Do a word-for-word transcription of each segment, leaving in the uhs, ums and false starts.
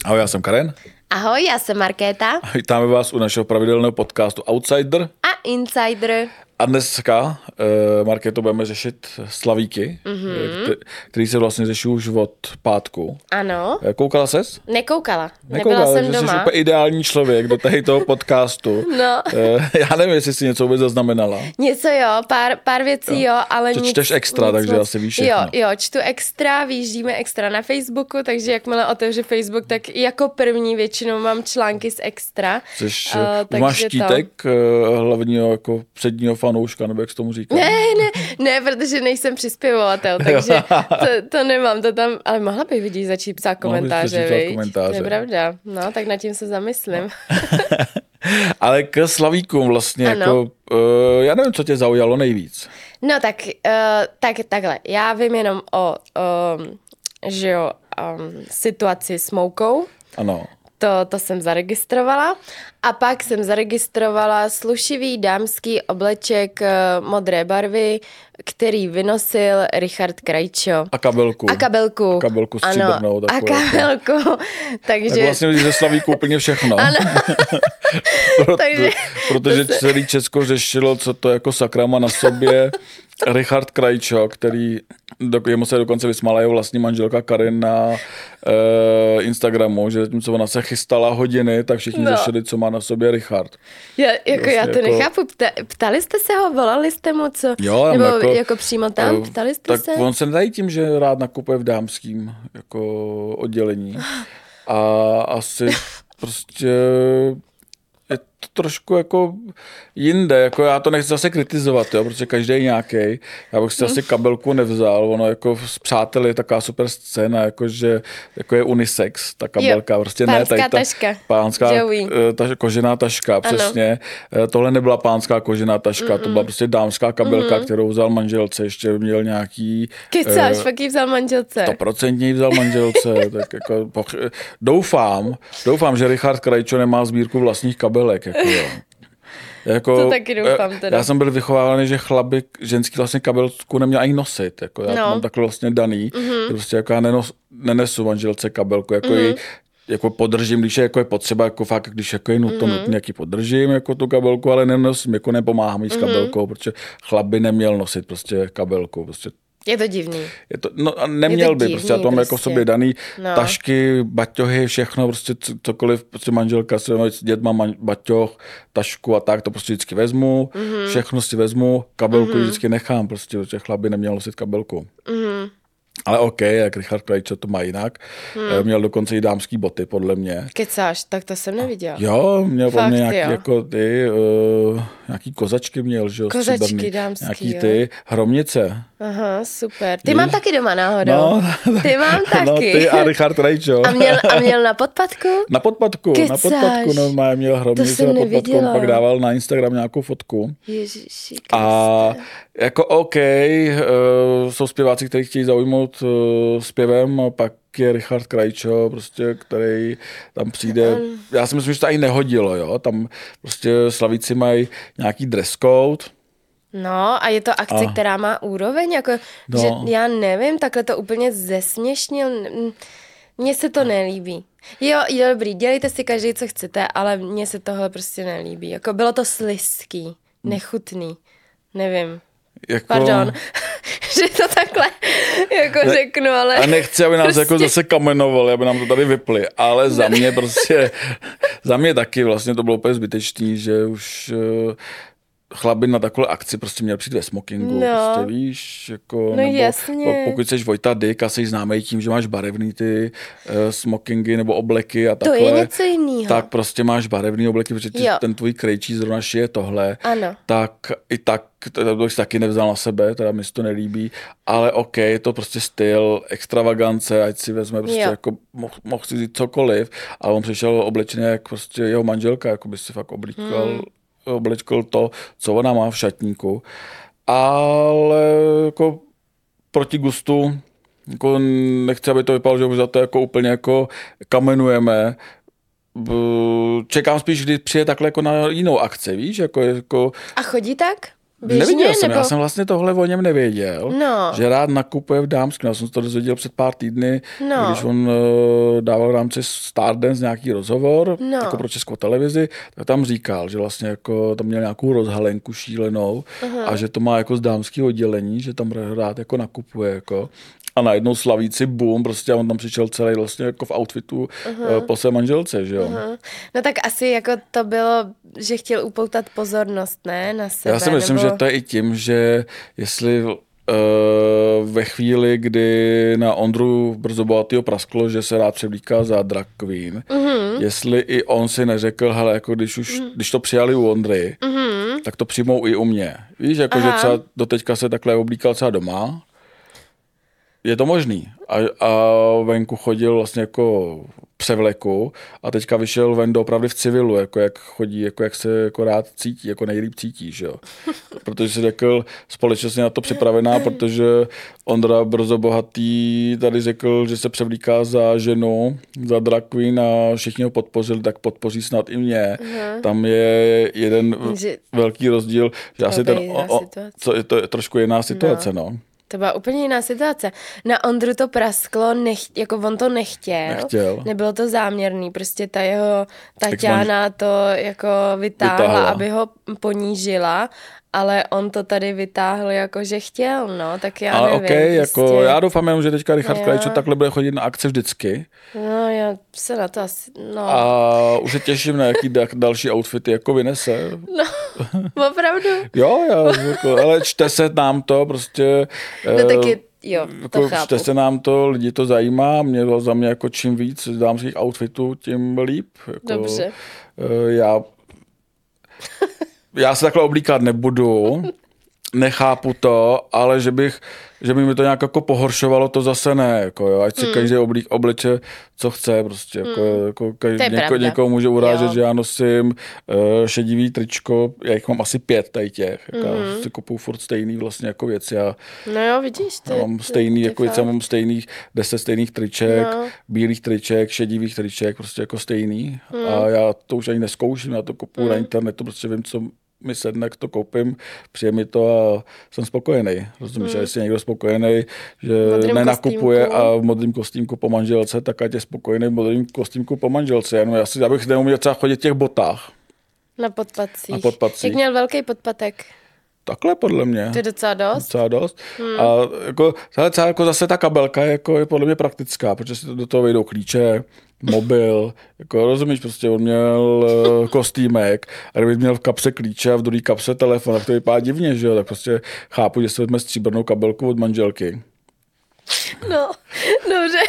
Ahoj, já jsem Karen. Ahoj, já jsem Markéta. A vítáme vás u našeho pravidelného podcastu Outsider a Insider. A dneska, uh, Markéto, budeme řešit slavíky, mm-hmm. který se vlastně řeší už od pátku. Ano. Koukala ses? Nekoukala. Nekoukala, Nebyla jsem že doma. Jsi úplně ideální člověk do tady toho podcastu. No. Uh, já nevím, jestli jsi něco vůbec zaznamenala. Něco jo, pár, pár věcí jo, jo ale že nic. Čteš extra, nic takže moc. asi víš všechno. Jo, jo, čtu extra, vyjíždíme extra na Facebooku, takže jakmile otevřu Facebook, tak jako první většinou mám články z extra. Což uh, uh, máš štítek to... uh, hlavního jako předního fanouška, nebo jak tomu říká? Ne, ne, ne, protože nejsem přispěvovatel, takže to, to nemám, to tam, ale mohla bych vidět začít psát komentáře, no, komentáře. To je pravda, no, tak nad tím se zamyslím. No. Ale k slavíkům vlastně, ano. jako, uh, já nevím, co tě zaujalo nejvíc. No tak, uh, tak takhle, já vím jenom o, um, že jo, um, situaci s moukou. Ano. To, to jsem zaregistrovala a pak jsem zaregistrovala slušivý dámský obleček uh, modré barvy, který vynosil Richard Krejčo. A kabelku. A kabelku. A kabelku stříbrnou. A kabelku. Takže... Tak vlastně ze slavíku úplně všechno. Ano. Proto, Takže protože se... celý Česko řešilo, co to jako sakra má na sobě Richard Krejčo, který jemu se dokonce vysmála jeho vlastní manželka Karin na uh, Instagramu, že zatímco ona se chystala hodiny, tak všichni no. řešili, co má na sobě Richard. Já, jako vlastně já to jako... nechápu. Pta, ptali jste se ho, volali jste mu, co? Jo, nebo jako, jako přímo tam, ptali jste tak se? Tak on se nedají tím, že rád nakupuje v dámským jako oddělení. A asi prostě... je to trošku jako jinde, jako já to nechci zase kritizovat, jo, protože každý je nějaký. Já bych si hmm. asi kabelku nevzal, ono jako s přáteli je taková super scéna, jako že jako je unisex, ta kabelka, jo, prostě pánská ne, tady ta taška. Pánská ta, kožená taška, přesně. Ano. Tohle nebyla pánská kožená taška, Mm-mm. to byla prostě dámská kabelka, Mm-mm. kterou vzal manželce, ještě měl nějaký... Kecáš, uh, fakt ji vzal manželce. Stoprocentně ji vzal manželce, tak jako poch- doufám, doufám, že Richard Krejčo nemá sbírku vlastních kabelek, jako jo. Jako, to taky doufám teda. Já jsem byl vychovávaný, že chlapy ženský vlastně kabelku neměl ani nosit. Jako já no. mám takhle vlastně daný. Mm-hmm. Prostě jako já nenos, nenesu manželce kabelku. Jako, mm-hmm. ji, jako podržím, když je, jako je potřeba, jako fakt, když jako je nutno, mm-hmm. nutně, podržím jako tu kabelku, ale nenosím, jako nepomáhám jí s kabelkou, mm-hmm. protože chlap by neměl nosit prostě kabelku. Prostě je to divný. Je to, no a neměl by, divný, prostě já to mám prostě. Jako sobě daný no. tašky, baťohy, všechno, prostě cokoliv, prostě manželka se s dětma, man, baťoh, tašku a tak, to prostě vždycky vezmu, mm-hmm. všechno si vezmu, kabelku mm-hmm. vždycky nechám, prostě, protože chlap by neměl nosit kabelku. Mm-hmm. Ale OK, jak Richard Krejčo to má jinak. Hmm. Měl dokonce i dámský boty, podle mě. Kecáš, tak to jsem neviděl. Jo, měl po mě nějaký, jako ty, uh, nějaký kozačky měl, že jo, kozačky stříbrný, dámský, nějaký jo. ty hromnice. Aha, super. Ty Víš? Mám taky doma náhodou. No, ty mám taky. No, ty a Richard Krejčo. A měl, a měl na podpadku? Na podpadku, Kecáš. na podpadku, no, má, měl hromnice na podpadku, on pak dával na Instagram nějakou fotku. Ježiši, a jako OK, uh, jsou zpěváci, kteří chtějí zaujmout uh, zpěvem, a pak je Richard Krejčo, prostě, který tam přijde. Um. Já si myslím, že to ani nehodilo, jo. Tam prostě slavíci mají nějaký dress code. No a je to akce, a. která má úroveň, jako, no. že já nevím, takhle to úplně zesměšnil. Mně se to nelíbí. Jo, je dobrý, dělejte si každý, co chcete, ale mně se tohle prostě nelíbí. Jako bylo to slizký, nechutný, nevím. Jako... Pardon, že to takhle jako ne, řeknu, ale... A nechci, aby nás prostě... jako zase kamenovali, aby nám to tady vypli, ale za mě prostě, za mě taky vlastně to bylo úplně zbytečný, že už chlap by na takové akci prostě měl přijít ve smokingu, no. prostě víš, jako, no nebo jasně. pokud jsi Vojta Dyk a jsi známý tím, že máš barevný ty uh, smokingy nebo obleky a takhle. To je něco jiného. Tak prostě máš barevný obleky, protože jo. ten tvůj Krejčí zrovna šije tohle. Ano. Tak i tak, to bych taky nevzal na sebe, teda mi se to nelíbí, ale OK, je to prostě styl, extravagance, ať si vezme prostě jo. jako, mohl moh si říct cokoliv, ale on přišel oblečený jak prostě jeho manželka, jako by si fakt oblíkal, hmm. oblečkal to, co ona má v šatníku, ale jako proti gustu, jako nechci, aby to vypadalo, že už za to jako úplně jako kamenujeme. Čekám spíš, kdy přijde takhle jako na jinou akci, víš? Jako, jako... A chodí tak? Běžně, Neviděl jsem, nebo... já jsem vlastně tohle o něm nevěděl, no. že rád nakupuje v dámském. Já jsem to dozvěděl před pár týdny, no. když on uh, dával v rámci Stardance nějaký rozhovor, no. jako pro Českou televizi, tak tam říkal, že vlastně jako tam měl nějakou rozhalenku šílenou uh-huh. a že to má jako z dámského oddělení, že tam rád jako nakupuje, jako. A najednou slavíci boom, prostě a on tam přišel celý vlastně jako v outfitu uh-huh. po své manželce, že jo. Uh-huh. No tak asi jako to bylo, že chtěl upoutat pozornost, ne, na sebe. Já si myslím, nebo... že to je i tím, že jestli uh, ve chvíli, kdy na Ondru Brzobohatýho prasklo, že se rád převlíká za drag queen, uh-huh. jestli i on si neřekl, hele, jako když už, uh-huh. když to přijali u Ondry, uh-huh. tak to přijmou i u mě. Víš, jako Aha. že třeba doteďka se takhle oblíkal třeba doma, je to možný. A, a venku chodil vlastně jako převleku a teďka vyšel ven doopravdy v civilu, jako jak chodí, jako jak se jako rád cítí, jako nejlíp cítí, že jo. Protože si řekl, společnost je na to připravená, protože Ondra Brzobohatý tady řekl, že se převlíká za ženu, za drag queen a všichni ho podpořili, tak podpoří snad i mě. Uh-huh. Tam je jeden že... velký rozdíl, že asi ten, o, o, co je to je trošku jiná situace, no. no. To byla úplně jiná situace. Na Ondru to prasklo, nech, jako on to nechtěl. nechtěl. Nebylo to záměrný, prostě ta jeho Tatiana to jako vytáhla, vytáhla, aby ho ponížila, ale on to tady vytáhl jako, že chtěl, no, tak já ale nevím. Ale okej, prostě... jako já doufám jenom, že teďka Richard Krajčo takhle bude chodit na akce vždycky. No, já se na to asi, no. A už se těším na jaký da- další outfity jako vynese. No, opravdu. Jo, já, jako, ale čte se nám to prostě. No taky, jo, to jako, chápu. Čte se nám to, lidi to zajímá, mě za mě jako čím víc dámských outfitů, tím líp. Jako, dobře. Já Já se takhle oblíkat nebudu, nechápu to, ale že bych, že by mi to nějak jako pohoršovalo, to zase ne, jako jo, ať si hmm. každý oblík, obleče, co chce, prostě, jako, hmm. jako každý, něko, někoho může urážet, jo. že já nosím uh, šedivý tričko, já jich mám asi pět tady těch, jako hmm. já si kupuju furt stejný vlastně jako věci, já, no jo, vidíš, ty, já mám stejný, ty, jako věci, já mám stejných, deset stejných triček, no. bílých triček, šedivých triček, prostě jako stejný hmm. a já to už ani neskouším, já to kupuju hmm. na internetu, prostě vím, co mi sedne, to koupím, přijde mi to a jsem spokojený. Rozumíš, hmm. jestli je někdo spokojený, že nenakupuje kostýmku. A v modrým kostýmku po manželce, tak ať je spokojený v modrým kostýmku po manželce. Jenom já si, já bych neuměl třeba chodit v těch botách. Na podpatcích. Na podpatcích. Jak měl velký podpatek. Takhle podle mě. To je docela dost. Docela dost. Hmm. A jako, třeba jako zase ta kabelka je, jako, je podle mě praktická, protože si do toho vejdou klíče, mobil, jako rozumíš, prostě on měl uh, kostýmek a kdyby měl v kapse klíče a v druhé kapse telefon, tak to vypadá divně, že jo, tak prostě chápu, že se vezme stříbrnou kabelku od manželky. No, dobře.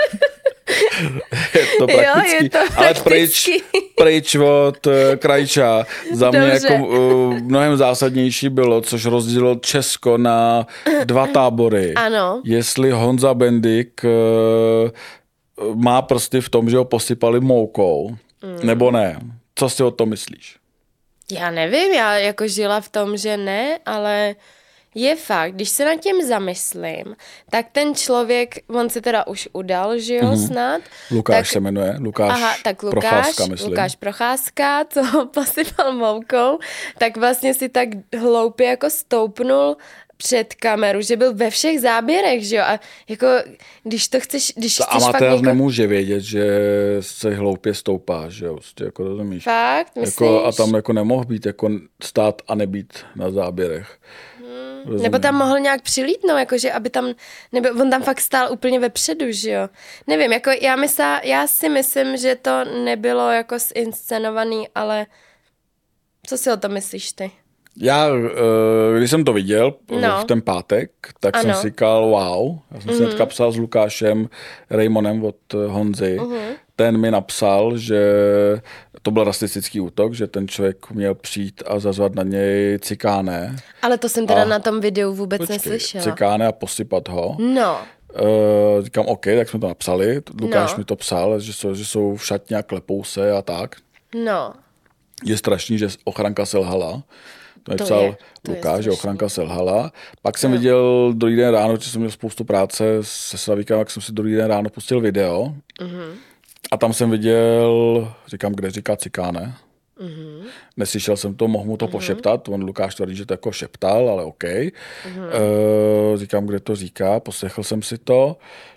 Je to praktický, jo, je to ale pryč, pryč od uh, Krajča. Za mě dobře. jako uh, mnohem zásadnější bylo, což rozdělilo Česko na dva tábory. Ano. Jestli Honza Bendik uh, má prsty v tom, že ho posypali moukou, mm. nebo ne. Co si o tom myslíš? Já nevím, já jako žila v tom, že ne, ale je fakt, když se nad tím zamyslím, tak ten člověk, on se teda už udal, že jo, mm-hmm. snad. Lukáš tak, se jmenuje, Lukáš aha, tak Lukáš, Procházka, myslím. Lukáš Procházka, co ho posypal moukou, tak vlastně si tak hloupě jako stoupnul před kameru, že byl ve všech záběrech, že jo, a jako, když to chceš, když ta chceš amatér fakt něko... nemůže vědět, že se hloupě stoupá, že jo, prostě jako rozumíš. Fakt, myslíš? Jako, a tam jako nemohl být, jako stát a nebýt na záběrech. Hmm. Nebo tam mohl nějak přilítnout, jakože, aby tam, nebo on tam fakt stál úplně vepředu, že jo. Nevím, jako já, mysla, já si myslím, že to nebylo jako zinscenovaný, ale co si o tom myslíš ty? Já, když jsem to viděl no. v ten pátek, tak ano. jsem si říkal wow. Já jsem mm-hmm. si hnedka psal s Lukášem Raymonem od Honzy. Mm-hmm. Ten mi napsal, že to byl rasistický útok, že ten člověk měl přijít a zazvat na něj cikáne. Ale to jsem teda a, na tom videu vůbec počkej, neslyšela. Cikáne a posypat ho. No. Uh, říkám OK, tak jsme to napsali. Lukáš no. mi to psal, že jsou, že jsou v šatně a klepou se a tak. No. Je strašný, že ochranka selhala. To mi to psal je, to Lukáš, že ochranka selhala. Pak jsem no. viděl druhý den ráno, že jsem měl spoustu práce se Slavíkem, jak jsem si druhý den ráno pustil video. Mm-hmm. A tam jsem viděl, říkám, kde říká cikáne. Mm-hmm. Neslyšel jsem to, mohl mu to mm-hmm. pošeptat, on Lukáš tvrdí, že to jako šeptal, ale OK. Mm-hmm. E, říkám, kde to říká, poslechl jsem si to.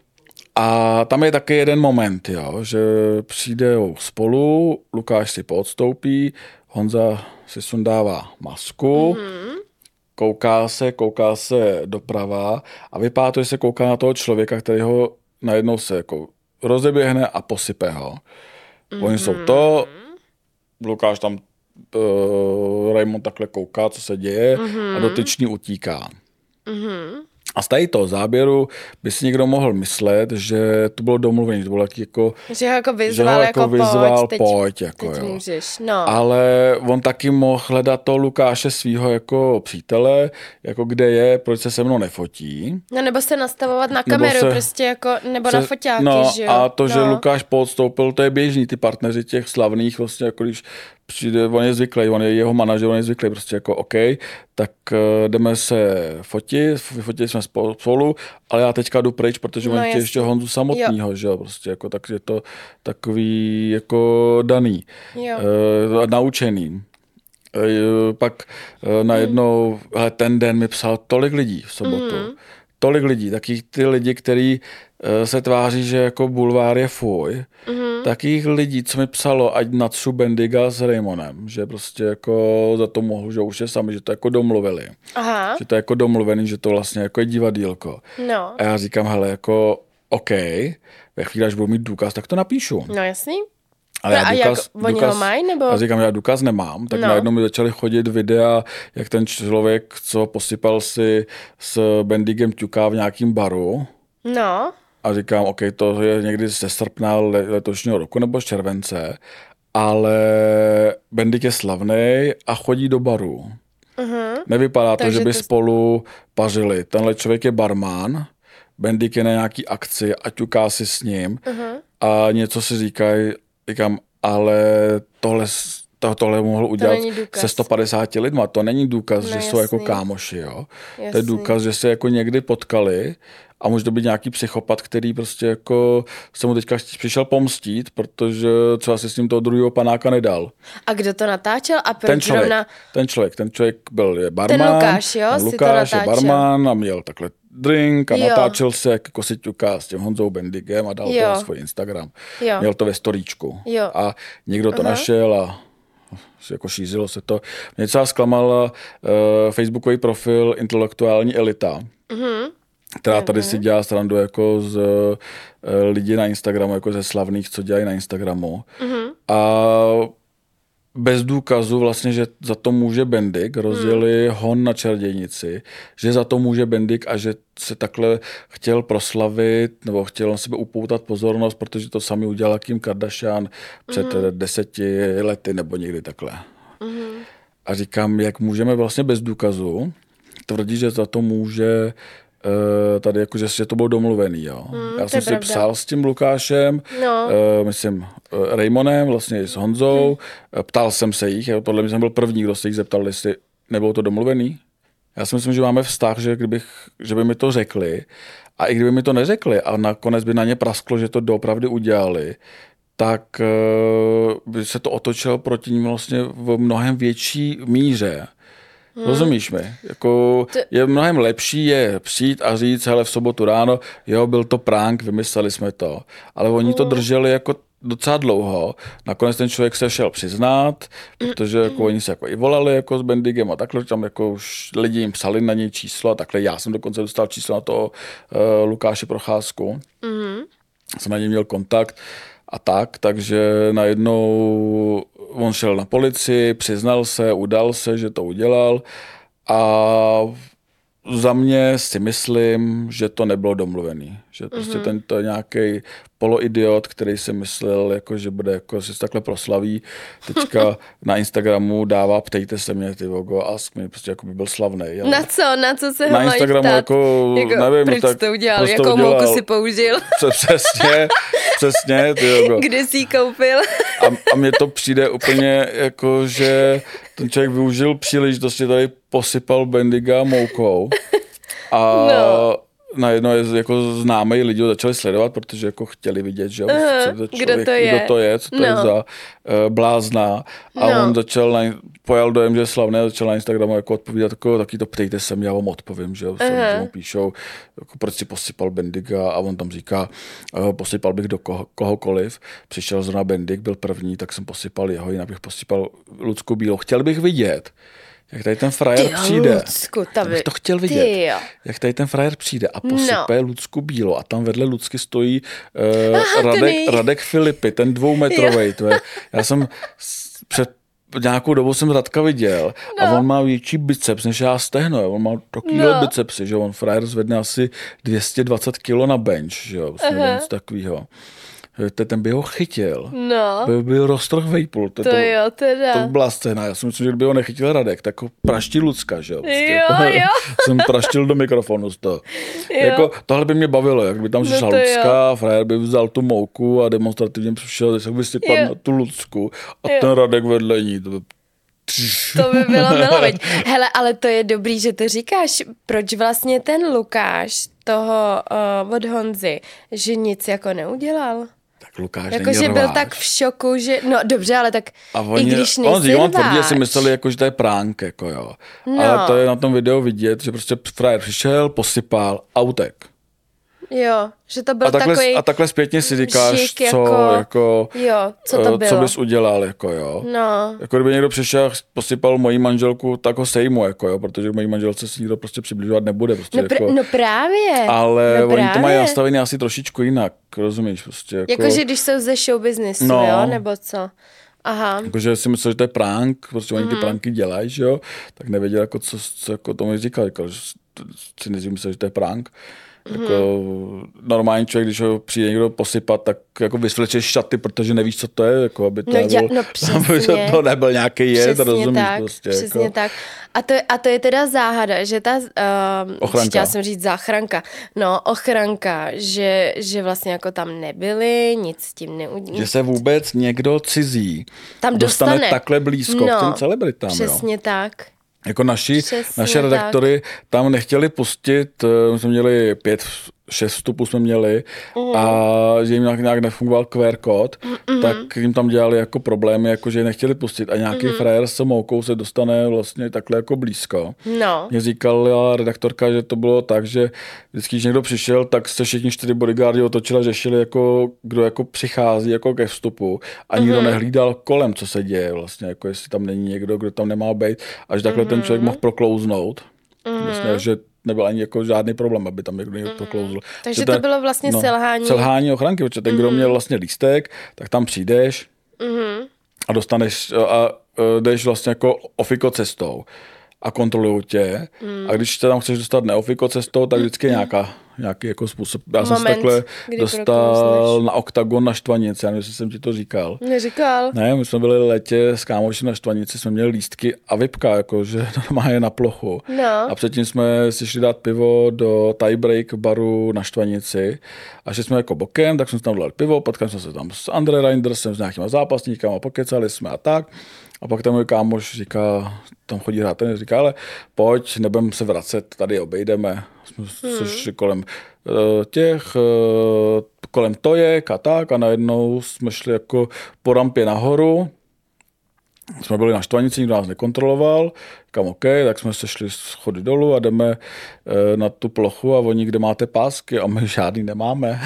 A tam je taky jeden moment, jo, že přijde spolu, Lukáš si poodstoupí, Honza si sundává masku, mm-hmm. kouká se, kouká se doprava a vypadá to, že se kouká na toho člověka, který ho najednou se jako rozeběhne a posype ho. Mm-hmm. Oni jsou to, Lukáš tam, uh, Raymond takhle kouká, co se děje mm-hmm. a dotyčný utíká. Mm-hmm. A z tady toho záběru by si někdo mohl myslet, že to bylo domluvené, že to bylo jako, že ho jako vyzval, že ho jako, jako vyzval pojď, pojď, jako, teď jo. můžeš, no. Ale on taky mohl hledat toho Lukáše svýho jako přítele, jako kde je, proč se se mnou nefotí. No nebo se nastavovat na kameru, se, prostě jako, nebo se, na foťáky, no, že jo. A to, no. že Lukáš podstoupil, to je běžný, ty partneři těch slavných, vlastně jako když přijde, on je zvyklý, on je jeho manažer, on je zvyklý, prostě jako OK, tak uh, jdeme se fotit, vyfotili jsme spolu, ale já teďka jdu pryč, protože no, on chtějí ještě Honzu samotnýho, jo. Že jo, prostě jako, takže je to takový jako daný, uh, naučený. Uh, pak uh, najednou, mm. hele, ten den mi psal tolik lidí v sobotu, mm. tolik lidí, taky ty lidi, kteří uh, se tváří, že jako bulvár je fuj, mm-hmm. takých lidí, co mi psalo, ať natřu Bendiga s Raymonem, že prostě jako za to mohu, že už je sami, že to jako domluvili. Aha. Že to je jako domluvený, že to vlastně jako je divadýlko. No. A já říkám, hele, jako OK, ve chvíli, až budu mít důkaz, tak to napíšu. No jasný. Ale já a důkaz, jak oni ho mají, nebo? Já říkám, já důkaz nemám, tak no. najednou mi začaly chodit videa, jak ten člověk, co posypal si s Bendigem ťuká v nějakým baru. No. A říkám, OK, to je někdy ze srpna letošního roku nebo z července, ale Bendik je slavný a chodí do baru. Uh-huh. Nevypadá to, Takže že by to... spolu pařili. Tenhle člověk je barman, Bendik je na nějaký akci a ťuká si s ním uh-huh. a něco si říkají, říkám, ale tohle, to, tohle mohl udělat to se sto padesáti lidma. To není důkaz, no, že jasný. Jsou jako kámoši, jo. Jasný. To je důkaz, že se jako někdy potkali a může to být nějaký psychopat, který prostě jako se mu teďka přišel pomstít, protože třeba si s ním toho druhého panáka nedal. A kdo to natáčel a proč ten člověk, zrovna... ten člověk, ten člověk byl je barman. Ten Lukáš, jo, ten Lukáš je barman a měl takhle drink a jo. natáčel se, jak jako si ťuká s tím Honzou Bendigem a dal jo. to na svůj Instagram. Jo. Měl to ve storíčku. Jo. A někdo to uh-huh. našel a jako šířilo se to. Mě třeba zklamala uh, facebookový profil Intelektuální elita, uh-huh. která tady uh-huh. si dělá srandu jako z uh, lidí na Instagramu, jako ze slavných, co dělají na Instagramu. Uh-huh. A bez důkazu vlastně, že za to může Bendik, rozjeli hmm. hon na čarodějnici, že za to může Bendik a že se takhle chtěl proslavit nebo chtěl na sebe upoutat pozornost, protože to sami udělal Kim Kardashian před hmm. deseti lety nebo někdy takhle. Hmm. A říkám, jak můžeme vlastně bez důkazu tvrdit, že za to může tady jako, že to bylo domluvený, jo. Hmm, Já jsem si pravda. psal s tím Lukášem, no. uh, myslím uh, Raymonem, vlastně s Honzou, hmm. ptal jsem se jich, jo, podle mě jsem byl první, kdo se jich zeptal, jestli nebylo to domluvený. Já si myslím, že máme vztah, že, kdybych, že by mi to řekli a i kdyby mi to neřekli a nakonec by na ně prasklo, že to doopravdy udělali, tak uh, by se to otočilo proti ním vlastně v mnohem větší míře. Hmm. Rozumíš mi? Jako je mnohem lepší je přijít a říct, hele, v sobotu ráno, jo, byl to prank, vymysleli jsme to. Ale oni hmm. to drželi jako docela dlouho. Nakonec ten člověk se šel přiznat, protože jako oni se jako i volali jako s Bendigem a takhle, tam jako už lidi jim psali na něj číslo a takhle. Já jsem dokonce dostal číslo na toho uh, Lukáše Procházku. Hmm. Jsem na něj měl kontakt. A tak, takže najednou on šel na policii, přiznal se, udal se, že to udělal a za mě si myslím, že to nebylo domluvený. Že prostě mm-hmm. tento nějaký poloidiot, který si myslel, jako, že bude jako, že se takhle proslaví, teďka na Instagramu dává ptejte se mě, ty vogo, ask mě, prostě jako by byl slavnej. Ale... Na co? Na co se ho na mají Instagramu ptát? Jako, jako, nevím, proč tak, to udělal? Proč Jakou to udělal? mouku si použil? Přesně, přesně. Ty vogo. Kde jsi ji koupil? A, a mně to přijde úplně jako, že ten člověk využil příležitosti, tady posypal Bendiga moukou a no. najednou je, jako známý lidi ho začali sledovat, protože jako chtěli vidět, že uh, co kdo to je, kdo to je, co to no. je za uh, blázna. A no. on začal, na, pojal dojem, že je slavný, a začal na Instagramu jako odpovídat, jako, taky to ptejte se mě, já vám odpovím, že, uh. že mu píšou, jako, proč si posypal Bendiga a on tam říká, uh, posypal bych do koho, kohokoliv. Přišel zrovna Bendig, byl první, tak jsem posypal jeho, jinak bych posypal Lucku Bílou. Chtěl bych vidět, jak tady ten frajer ty přijde. Lucku, by... bych to chtěl vidět. Ty jak tady ten frajer přijde a posype no. Lucku Bílou a tam vedle Lucky stojí uh, Aha, Radek, Radek Filipy, ten dvoumetrovej. To je, já jsem před nějakou dobu jsem Radka viděl no. a on má větší biceps než já stehno. On má takovýhle no. bicepsy, že on frajer zvedne asi dvě stě dvacet kilo na bench, že jo, vlastně nic takovýho. Ten by ho chytil. No. By byl roztrh vejpůl. To, to, to jo, teda. To byla scéna. Já si myslím, že kdyby ho nechytil Radek, tak ho praštil Lucka, že jo. Jo, jo. Jsem praštil do mikrofonu z toho. Jako, tohle by mě bavilo, jak by tam přišla no Lucka, a frajer by vzal tu mouku a demonstrativně přišel, tak by si padl na tu Lucku a jo. ten Radek vedle ní. To by... To by bylo milo, veď. Hele, ale to je dobrý, že to říkáš. Proč vlastně ten Lukáš toho uh, od Honzy, že nic jako neudělal? Tak Lukáš jako, že byl tak v šoku, že... No dobře, ale tak oni, i když nejsi on, rváč. On tvrdí, že si mysleli, jako, že to je prank, jako jo. No. Ale to je na tom videu vidět, že prostě frajer přišel, posypal a utek. Jo, že to byl a takhle, takový... A takhle zpětně si říkáš, co, jako, jako, jo, co, to bylo? co bys udělal, jako jo. No. Jako kdyby někdo přišel a posypal moji manželku, tak ho sejmu, jako jo, protože mojí manželce si nikdo prostě přibližovat nebude. Prostě, no, pr- jako, no právě. Ale no oni právě. to mají nastavený asi trošičku jinak, rozumíš? Prostě, jako, Jakože když jsou ze show businessu, no, jo, nebo co? Aha. Jakože si myslel, že to je prank, prostě oni mm. ty pranky dělají, že jo, tak nevěděl, jako, co, co jako tomu říkal, jako, že si nejdřív myslel, že to je prank. Jako hmm. normální člověk, když ho přijde někdo posypat, tak jako vysvlečeš šaty, protože nevíš, co to je, jako aby to, no, nebyl, no, aby to nebyl nějaký jed, rozumíš tak, prostě. Přesně jako. tak. A to, a to je teda záhada, že ta, uh, ochranka. Chtěla jsem říct záchranka, no ochranka, že, že vlastně jako tam nebyli, nic s tím neudělali. Že se vůbec někdo cizí tam dostane, dostane takhle blízko no, k těm celebritám. Přesně jo. tak. Jako naši, Přesně naše redaktory tak. Tam nechtěli pustit, my jsme měli pět, šest vstupů jsme měli mm. a že jim nějak, nějak nefungoval Q R kód, mm. tak jim tam dělali jako problémy, jako že je nechtěli pustit a nějaký mm. frajer s moukou se dostane vlastně takhle jako blízko. No. Mě říkala redaktorka, že to bylo tak, že vždycky, když někdo přišel, tak se všichni čtyři bodyguardi otočili a řešili, jako, kdo jako přichází jako ke vstupu a nikdo mm. nehlídal kolem, co se děje vlastně, jako jestli tam není někdo, kdo tam nemá být, až takhle mm. ten člověk mohl proklouznout. Mm. Vlastně, že nebyl ani jako žádný problém, aby tam někdo někdo mm. proklouzl. Takže ten, to bylo vlastně no, selhání. Selhání ochranky, protože ten, kdo mm. měl vlastně lístek, tak tam přijdeš mm. a dostaneš a, a jdeš vlastně jako ofiko cestou a kontrolují tě. Mm. A když se tam chceš dostat neofiko cestou, tak vždycky je nějaká, nějaký jako způsob. Já Moment, jsem se takhle dostal na Oktagon na Štvanici, já nevím, jestli jsem ti to říkal. Neříkal. Ne, my jsme byli v létě s kámoši na Štvanici, jsme měli lístky a vipka, jakože normálně na plochu. No. A předtím jsme si šli dát pivo do Tiebreak baru na Štvanici a šli jsme jako bokem, tak jsme tam dali pivo, potkali jsme se tam s Andre Reindersem, s nějakýma zápasníkama, pokecali jsme a tak. A pak ten můj kámoš říká, tam chodí hrát ten, říká, ale pojď, nebudeme se vracet, tady obejdeme. Jsme hmm. šli kolem uh, těch, uh, kolem tojek a tak a najednou jsme šli jako po rampě nahoru. Jsme byli na Štvanici, nikdo nás nekontroloval, kam OK, tak jsme se šli schody dolů a jdeme e, na tu plochu a oni, kde máte pásky a my žádný nemáme.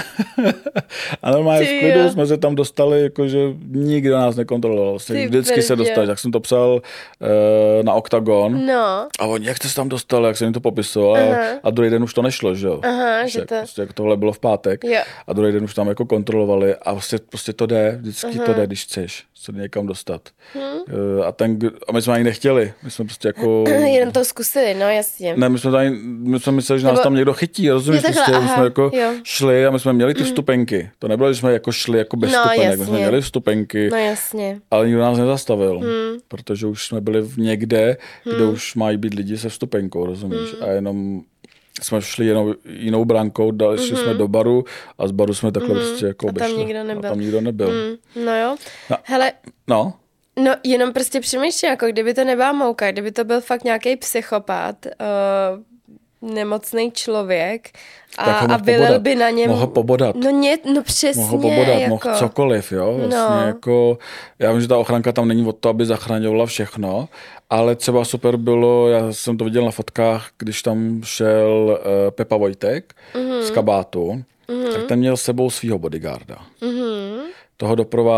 A normálně v klidu jsme se tam dostali, jakože nikdo nás nekontroloval. Vlastně vždycky brdě. Se dostali, tak jsem to psal e, na Oktagon. No. A oni, jak jste se tam dostali, jak jsem jim to popisoval. A, a druhý den už to nešlo, že jo. Aha, prostě, že to... prostě, jak tohle bylo v pátek. Jo. A druhý den už tam jako kontrolovali a prostě, prostě to jde, vždycky Aha. to jde, když chceš se někam dostat. Hmm. A, ten, a my jsme ani nechtěli. My jsme prostě jako... Jenom to zkusili, no jasně. Ne, my jsme, tady, my jsme mysleli, že nás Nebo... tam někdo chytí, rozumíš? Takhle, prostě, aha, my jsme jako jo. šli a my jsme měli ty vstupenky. To nebylo, že jsme jako šli jako bez no, stupenek. Jasně. My jsme měli vstupenky, no, jasně. ale nikdo nás nezastavil. Hmm. Protože už jsme byli v někde, hmm. kde už mají být lidi se vstupenkou, rozumíš? Hmm. A jenom... jsme šli jinou, jinou brankou, dali mm-hmm. jsme do baru a z baru jsme takhle mm-hmm. prostě jako obešli. A tam nikdo nebyl. A tam nikdo nebyl. Mm, no jo. No. Hele. No. No, jenom prostě přemýšlím, jako kdyby to nebyla mouka, kdyby to byl fakt nějaký psychopat, uh, nemocný člověk a, a vylil by na něm... Mohl pobodat. No, ně, no přesně. Mohl pobodat, jako... mohl cokoliv, jo. Vlastně no. jako, já vím, že ta ochranka tam není od toho, aby zachraňovala všechno, ale třeba super bylo, já jsem to viděl na fotkách, když tam šel uh, Pepa Vojtek mm-hmm. z kabátu, mm-hmm. tak ten měl s sebou svýho bodyguarda. Mm-hmm. Toho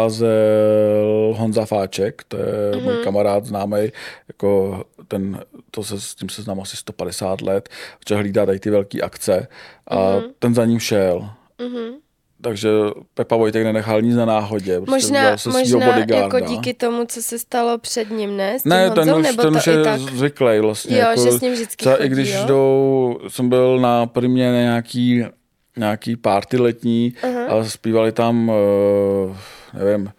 doprovázel Honza Fáček, to je mm-hmm. můj kamarád známý, jako ten, to se, s tím se znám asi sto padesát let, protože hlídá tady ty velké akce a mm-hmm. ten za ním šel. Mm-hmm. Takže Pepa Vojtek nenechal nic na náhodě. Prostě možná možná jako díky tomu, co se stalo před ním, ne? S tím ne, Honzou, ten už, nebo ten to už je tak... zvyklý vlastně. Jo, jako, že s ním vždycky třeba chodí, i když jo? jdou, jsem byl na primě nějaký, nějaký party letní uh-huh. a zpívali tam, uh, nevím,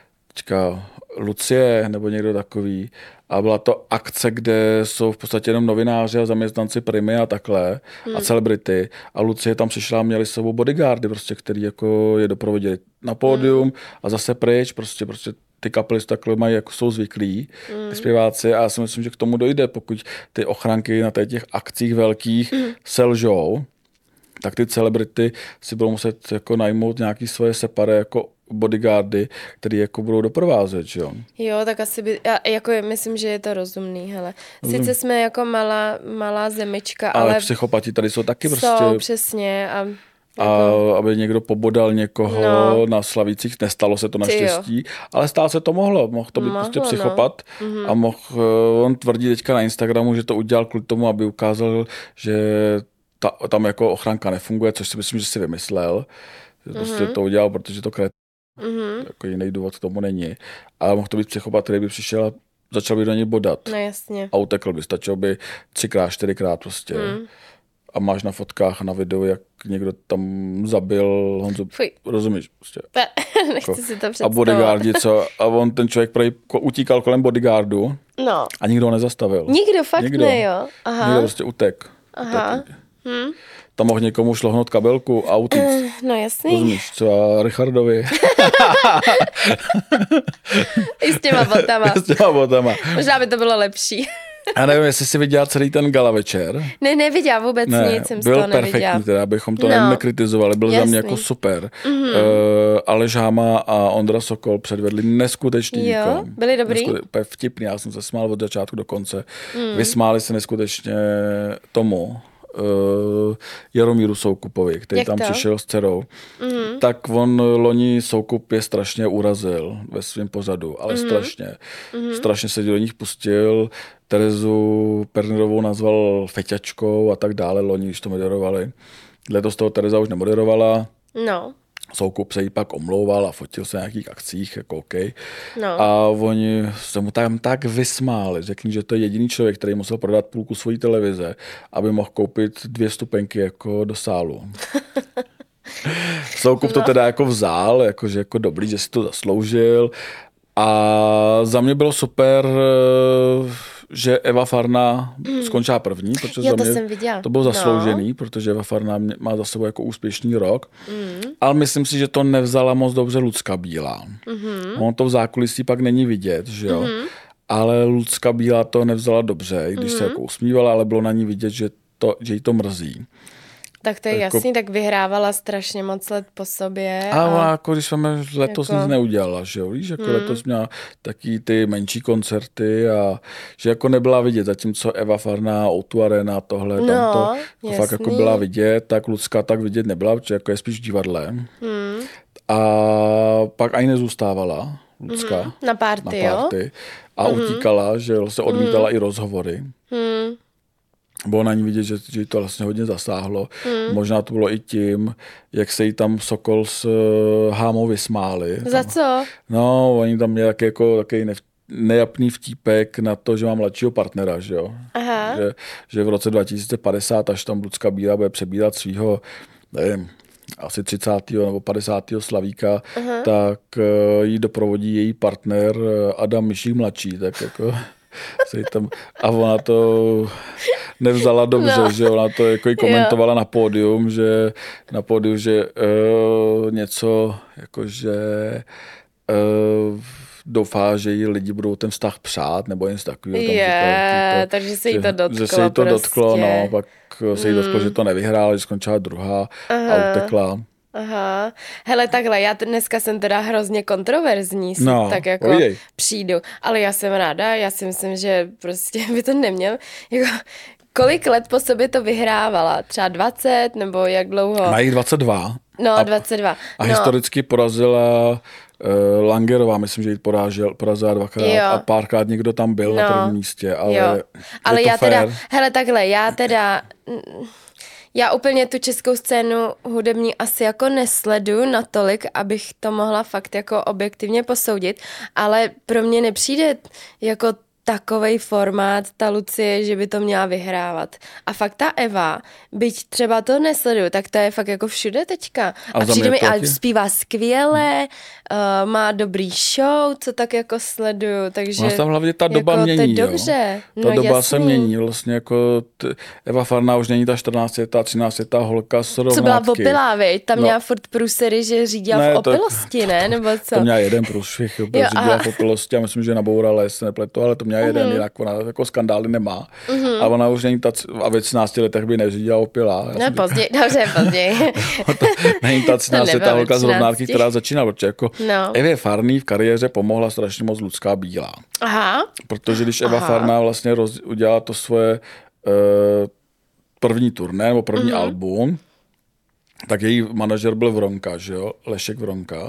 čeká, Lucie nebo někdo takový. A byla to akce, kde jsou v podstatě jenom novináři a zaměstnanci Primy a takhle hmm. a celebrity. A Lucie tam přišla a měli s sebou bodyguardy, prostě, který jako je doprovodili na pódium hmm. a zase pryč. Prostě, prostě ty kapely takhle mají, jako jsou zvyklí, hmm. ty zpěváci. A já si myslím, že k tomu dojde, pokud ty ochranky na těch akcích velkých hmm. selžou, tak ty celebrity si budou muset jako najmout nějaký svoje separé jako bodyguardy, který jako budou doprovázet, jo. Jo, tak asi by, já, jako myslím, že je to rozumný, hele. Sice Rozum. jsme jako malá, malá zemička, ale... Ale psychopati tady jsou taky jsou, prostě... Jsou, přesně. A, a jako... aby někdo pobodal někoho no. na Slavících, nestalo se to naštěstí, ale stát se to mohlo. Mohl to být mohlo, prostě psychopat no. a mohl, on tvrdí teďka na Instagramu, že to udělal kvůli tomu, aby ukázal, že ta, tam jako ochranka nefunguje, což si myslím, že si vymyslel. Prostě mm-hmm. to udělal, protože to kret Mm-hmm. jako jiný důvod k tomu není. Ale mohl to být psychopat, který by přišel a začal by do něj bodat. No jasně. A utekl by. Stačilo by třikrát, čtyřikrát prostě. Mm. A máš na fotkách a na videu, jak někdo tam zabil Honzu. Fuj. Rozumíš? Prostě. Nechci jako, si to představovat. A bodyguardi, co? A on, ten člověk prej utíkal kolem bodyguardu no. a nikdo ho nezastavil. Nikdo, fakt nikdo. Ne, jo? Aha. Nikdo prostě utek. Aha. Utek. Hm. Tam mohl někomu šlohnout kabelku a utíct. Uh, no jasný. Rozumíš, třeba Richardovi. I s těma botama. S těma botama. Možná by to bylo lepší. Já nevím, jestli jsi viděla celý ten gala večer. Ne, neviděla vůbec ne, nic, jsem z toho neviděla. Byl perfektní, teda, abychom to no. nekritizovali, byl Jasný. Za mě jako super. Mm-hmm. Uh, Aleš Háma a Ondra Sokol předvedli neskutečný jo, výkon. Byli dobrý? Neskute- úplně vtipný, já jsem se smál od začátku do konce. Mm. Vysmáli se neskutečně tomu. Uh, Jaromíru Soukupovi, který Jak tam to? Přišel s dcerou, mm. tak on loni Soukup je strašně urazil ve svém pořadu, ale mm. strašně. Mm. Strašně se do nich pustil, Terezu Pernerovou nazval feťačkou a tak dále, loni, když to moderovali. Letos toho Tereza už nemoderovala. No. Soukup se jí pak omlouval a fotil se na nějakých akcích, jako OK. No. A oni se mu tam tak vysmáli, řekli, že to je jediný člověk, který musel prodat půlku svojí televize, aby mohl koupit dvě stupenky jako do sálu. Soukup no. to teda jako vzal, jakože jako dobrý, že si to zasloužil. A za mě bylo super, že Eva Farná mm. skončila první, protože jo, za mě to, jsem viděla. to bylo zasloužený, no. protože Eva Farná má za sebou jako úspěšný rok. Mm. Ale myslím si, že to nevzala moc dobře Lucka Bílá. Mm-hmm. On to v zákulisí pak není vidět, že jo. Mm-hmm. Ale Lucka Bílá to nevzala dobře, i když mm-hmm. se jako usmívala, ale bylo na ní vidět, že, to, že jí to mrzí. Tak to je jako... jasný, tak vyhrávala strašně moc let po sobě. A, a jako když jsme letos jako... nic neudělala, že jo, víš, jako hmm. letos měla taky ty menší koncerty a že jako nebyla vidět, zatímco Eva Farná, O dva Arena, tohle, no, tamto, jako fakt jako byla vidět, tak Lucka tak vidět nebyla, protože jako je spíš v divadle. Hmm. A pak ani nezůstávala Lucka. Hmm. Na party, na party jo? A hmm. utíkala, že se odmítala hmm. i rozhovory. Hmm. Bylo na ní vidět, že, že to vlastně hodně zasáhlo. Hmm. Možná to bylo i tím, jak se jí tam Sokol s uh, Hámou vysmáli. Za tam, co? No, oni tam měli taky jako takový nev, nejapný vtípek na to, že má mladšího partnera, že jo. Aha. Že, že v roce dva tisíce padesát, až tam Lucka Bílá bude přebírat svýho, nevím, asi třicátého nebo padesátého Slavíka, aha. tak uh, jí doprovodí její partner Adam Mišík mladší, tak jako... Tam, a ona to nevzala dobře, no. že ona to jako i komentovala jo. na pódium, že na pódium, že uh, něco jakože uh, doufá, že jí lidi budou ten vztah přát, nebo něco takového. Je, takže se jí to dotklo. Že se jí to prostě. dotklo, no, pak se jí došlo, že to nevyhrála, že skončila druhá Aha. a utekla. Aha, hele takhle, já dneska jsem teda hrozně kontroverzní, no, tak jako ojdej. přijdu, ale já jsem ráda, já si myslím, že prostě by to neměl, jako kolik let po sobě to vyhrávala, třeba dvacet nebo jak dlouho? Má jich dvacet dva. No, a, dvacet dva. A no. historicky porazila uh, Langerová, myslím, že ji porážel, porazila dvakrát jo. a párkrát někdo tam byl no. na prvním místě, ale jo. ale je to já fér. teda, hele takhle, já teda... Já úplně tu českou scénu hudební asi jako nesleduju natolik, abych to mohla fakt jako objektivně posoudit, ale pro mě nepřijde jako takovej formát, ta Lucie, že by to měla vyhrávat. A fakt ta Eva, byť třeba to nesleduju, tak to je fakt jako všude teďka. A, a přijde mi, a zpívá skvěle, uh, má dobrý show, co tak jako sleduju, takže... Vlastně hlavně ta doba jako, mění, to dobře. Ta no, doba jasný. se mění, vlastně jako t- Eva Farná už není ta čtrnáctiletá, třináctiletá holka s rovnátky. Co byla opilá, viď? Tam no. měla furt průsery, že řídila ne, v opilosti, to, ne? Nebo co? To měla jeden průšvih, řídila v opilosti a myslím, že nabourala, jestli nepletu, ale to měla jeden, mm-hmm. jinak ona jako skandály nemá. Mm-hmm. A ona už není ta, a ve třinácti letech by neřídila opilá. No později, dobře, později. Není ta třináctiletá holka z rovnátky, která začíná, protože jako no. Evě Farný v kariéře pomohla strašně moc Lucka Bílá. Aha. Protože když Eva Aha. Farná vlastně roz, udělala to svoje uh, první turné, nebo první mm-hmm. album, tak její manažer byl Vronka, že jo, Lešek Vronka. Uh,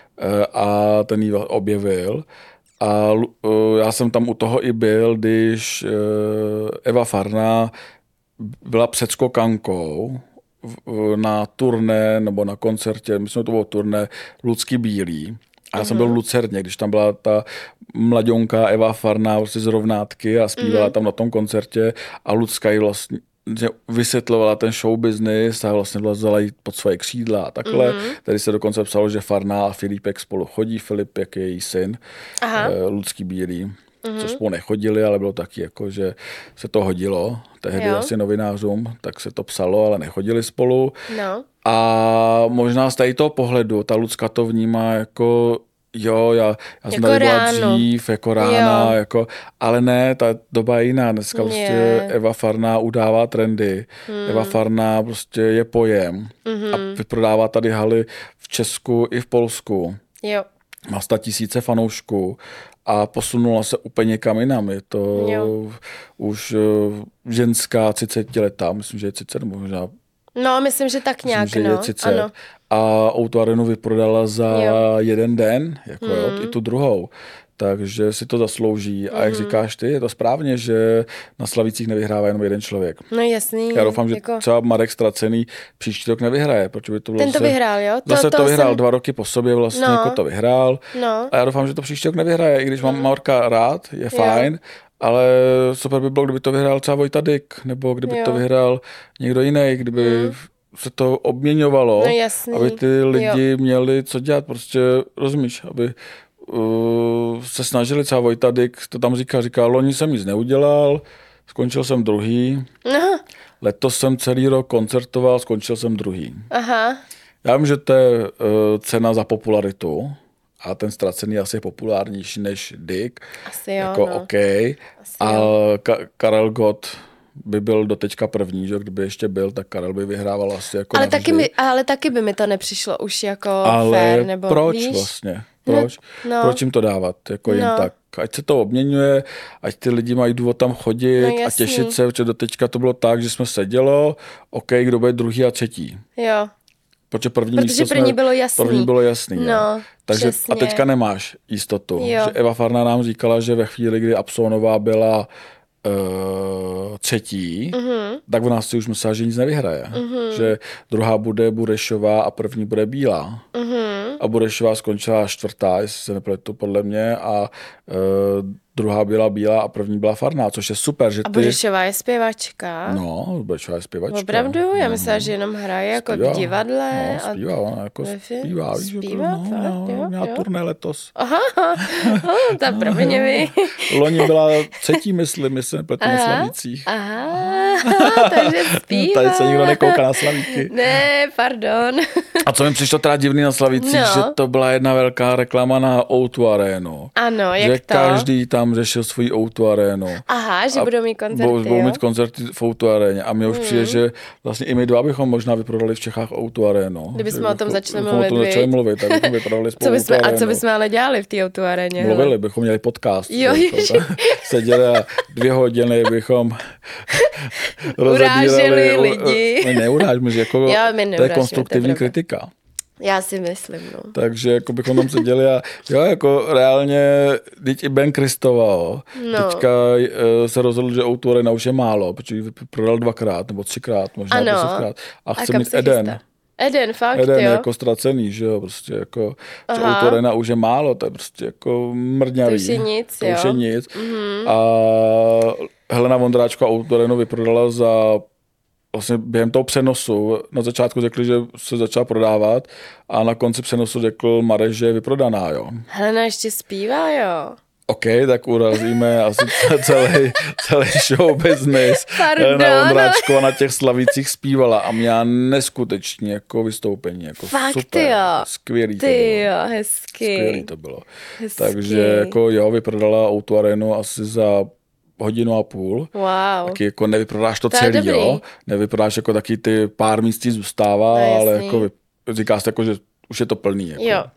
a ten ji objevil. A uh, já jsem tam u toho i byl, když uh, Eva Farná byla předskokankou v, na turné nebo na koncertě, myslím, že to bylo turné Lucky Bílý. A já mm-hmm. jsem byl v Lucerně, když tam byla ta mladionka Eva Farná vlastně z rovnátky a zpívala mm-hmm. tam na tom koncertě a Lucka ji vlastně vysvětlovala ten show business a vlastně vzala jí pod svoje křídla a takhle. Mm-hmm. Tady se dokonce psalo, že Farná a Filipek spolu chodí. Filipek je její syn, uh, Lucky Bílý, mm-hmm. co spolu nechodili, ale bylo taky jako, že se to hodilo. Tehdy jo. asi novinářům, tak se to psalo, ale nechodili spolu. No. A možná z tady toho pohledu ta Lucka to vnímá jako jo, já, já jsem jako tady byla dřív, jako rána, jako, ale ne, ta doba je jiná. Dneska prostě yeah. Eva Farná udává trendy. Hmm. Eva Farná prostě je pojem mm-hmm. a vyprodává tady haly v Česku i v Polsku. Jo. Má sta tisíce fanoušků a posunula se úplně kam jinam. Je to jo. už uh, ženská třicetiletá, myslím, že je třicet, možná no, myslím, že tak nějak, myslím, že no. je třicet. Ano. A Outu Arenu vyprodala za jo. jeden den, jako mm. jo, i tu druhou. Takže si to zaslouží. Mm. A jak říkáš ty, je to správně, že na Slavících nevyhrává jenom jeden člověk. No jasný. Já doufám, že jako... třeba Marek Ztracený příští rok nevyhraje, protože by to bylo Ten to zase, vyhrál, jo? To, zase to, to vyhrál jsem... dva roky po sobě vlastně, no. jako to vyhrál. No. A já doufám, že to příští rok nevyhraje, i když mám mm. Marka rád, je fajn. Jo. Ale super by bylo, kdyby to vyhrál třeba Vojta Dyk, nebo kdyby jo. to vyhrál někdo jiný, kdyby mm. se to obměňovalo, no aby ty lidi jo. měli co dělat, prostě rozumíš, aby uh, se snažili, třeba Vojta Dyk to tam říká, říká, loni jsem nic neudělal, skončil jsem druhý, no. letos jsem celý rok koncertoval, skončil jsem druhý. Aha. Já vím, že to je uh, cena za popularitu, a ten Ztracený asi je populárnější než Dyk. Asi jo, jako no. OK. A Ka- Karel Gott by byl doteďka první, že kdyby ještě byl, tak Karel by vyhrával asi jako ale taky, mi, ale taky by mi to nepřišlo už jako ale fair, nebo proč víš? vlastně? Proč? No, no. Proč jim to dávat? Jako jen no. tak. Ať se to obměňuje, ať ty lidi mají důvod tam chodit no, a těšit se, protože doteďka to bylo tak, že jsme sedělo, OK, kdo bude druhý a třetí. Jo. Protože první Protože místo první jsme, bylo jasný. První bylo jasný. No, takže přesně. a teďka nemáš jistotu. Jo. Že Eva Farná nám říkala, že ve chvíli, kdy Absolnová byla uh, třetí, mm-hmm. tak v nás si už myslela, že nic nevyhraje. Mm-hmm. Že druhá bude Burešová a první bude Bílá. Mm-hmm. A Burešová skončila čtvrtá, jestli se nepletu podle mě, a uh, druhá byla Bílá a první byla Farná, což je super. Že ty... A Burešová je zpěvačka? No, Burešová je zpěvačka. Opravdu? Já no. myslela, že jenom hraje jako zpívá. V divadle. No, zpívá, ona jako zpívá. Víš, zpívá, no, no, jo, měla jo. turné letos. Aha, oh, tak pro mě vy. Loni byla třetí, myslím, jestli nepletu na Slavících. Aha, takže zpívá. Tady se nikdo nekouká na Slavíky. Ne, pardon. A co mi přišlo teda divný na Slavících, no. že to byla jedna velká reklama na Outu Arenu. Ano, jak že to? Každý tam tam řešil svůj ó dva arénu. Aha, že budou mít koncerty, Budou mít koncerty v ó dva aréně a mně už mm. přijde, že vlastně i my dva bychom možná vyprodali v Čechách ó dva arénu. Kdybychom o tom začali mluvit, o tom začali mluvit, tak bychom vyprodali spolu co jsme, A co bychom ale dělali v té ó dva aréně? Mluvili, bychom měli podcast. Jo, seděli a dvě hodiny bychom uráželi lidi. Ne, neurážme, že jako jo, to je konstruktivní kritika. Já si myslím, no. Takže jako bychom tam seděli a jo, jako reálně, teď i Ben Kristova, no. teďka se rozhodl, že ó dva Arena už je málo, protože ji prodal dvakrát nebo třikrát, možná desetkrát. A chce mít Eden. Chystá? Eden, fakt, Eden jo. jako ztracený, že jo, prostě jako, že ó dva Arena už je málo, to je prostě jako mrdňavý. To už je nic, to jo. už je nic. Mm-hmm. A Helena Vondráčková ó dva Arenu vyprodala za vlastně během toho přenosu, na začátku řekli, že se začal prodávat a na konci přenosu řekl Mareš, že je vyprodaná, jo. Helena ještě zpívá, jo. OK, tak urazíme asi celý, celý show business. Helena Vondráčková na těch slavících zpívala a měla neskutečně jako vystoupení. Jako fakt, super, jo. Skvělý to Ty bylo. jo, hezky. Skvělý to bylo. Hezky. Takže jako jo, vyprodala ó dva Arenu asi za hodinu a půl. Wow. Taky jako nevyprodáš to, to celý, jo. Nevyprodáš jako taky ty pár místí zůstává, no, ale jako říká se jako, že už je to plný. Jako. Jo.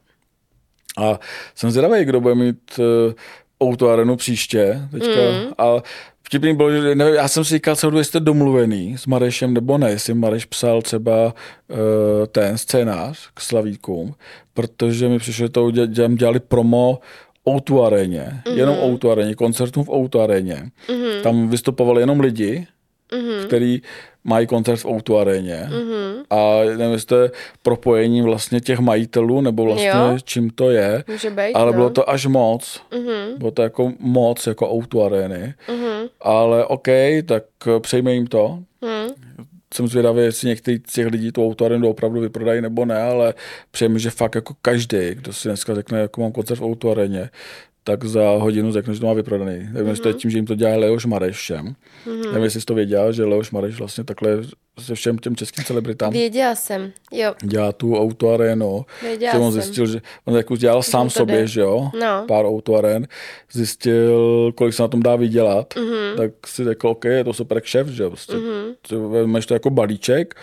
A jsem zvědavý, kdo bude mít uh, ó dva Arenu příště. Teďka. Mm. A vtipný bylo, že nevím, já jsem si říkal celou dobu, jestli jste domluvený s Marešem nebo ne, jestli Mareš psal třeba uh, ten scénář k Slavíkům, protože mi přišlo, že to dělali, dělali promo ó dva Aréně, mm-hmm. jenom ó dva Aréně, koncertům v ó dva Aréně. Mm-hmm. Tam vystupovali jenom lidi, mm-hmm. kteří mají koncert v ó dva Aréně. Mm-hmm. A nevím, jestli to je propojení vlastně těch majitelů, nebo vlastně jo. čím to je. Může být, ale no. bylo to až moc. Mm-hmm. Bylo to jako moc, jako ó dva Arény. Mm-hmm. Ale OK, tak přejme jim to. Mm. Jsem zvědavý, jestli některý z těch lidí tu ó dva Arenu opravdu vyprodají nebo ne, ale přejeme, že fakt jako každý, kdo si dneska řekne, jako mám koncert v ó dva Areně, tak za hodinu řekne, že to má vyprodaný. Nevím, mm-hmm. jestli to je tím, že jim to dělá Leoš Mareš všem. Mm-hmm. Nevím, jestli jsi to věděla, že Leoš Mareš vlastně takhle se všem těm českým celebritám věděla jsem, jo. dělá tu ó dva Arenu. Věděla že on jsem. zjistil, že on jako dělal sám sobě, jde. Že jo, no. pár ó dva Aren, zjistil, kolik se na tom dá vydělat, mm-hmm. tak si řekl, OK, je to super kšeft, že jo, prostě. Mm-hmm. Vezmeš to jako balíček,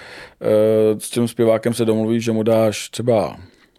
s tím zpěvákem se domluvíš, že mu dáš třeba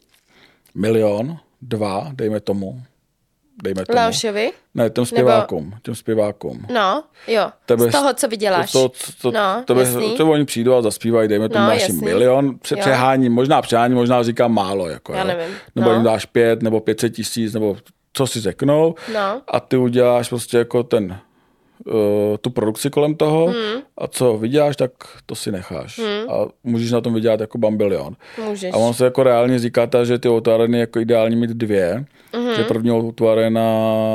milion, dva, dejme tomu, dejme tomu. Leošovi? Ne, těm zpěvákům, Nebo... těm zpěvákům. No, jo, tebe, z toho, co vyděláš. To, to, to, no, tebe, to oni přijdou a zaspívají, dejme tomu no, máš milion, pře- přehání, možná přehání, možná říkám málo. Jako, Já nevím. Nebo no. jim dáš pět, nebo pět set tisíc, nebo co si řeknou no. a ty uděláš prostě jako ten, uh, tu produkci kolem toho hmm. a co vyděláš, tak to si necháš. Hmm. A můžeš na tom vydělat jako bambilion. Můžeš. A on se jako reálně říká, že ty ó dva Areny jako ideální mít dvě, hmm. že první ó dva Arena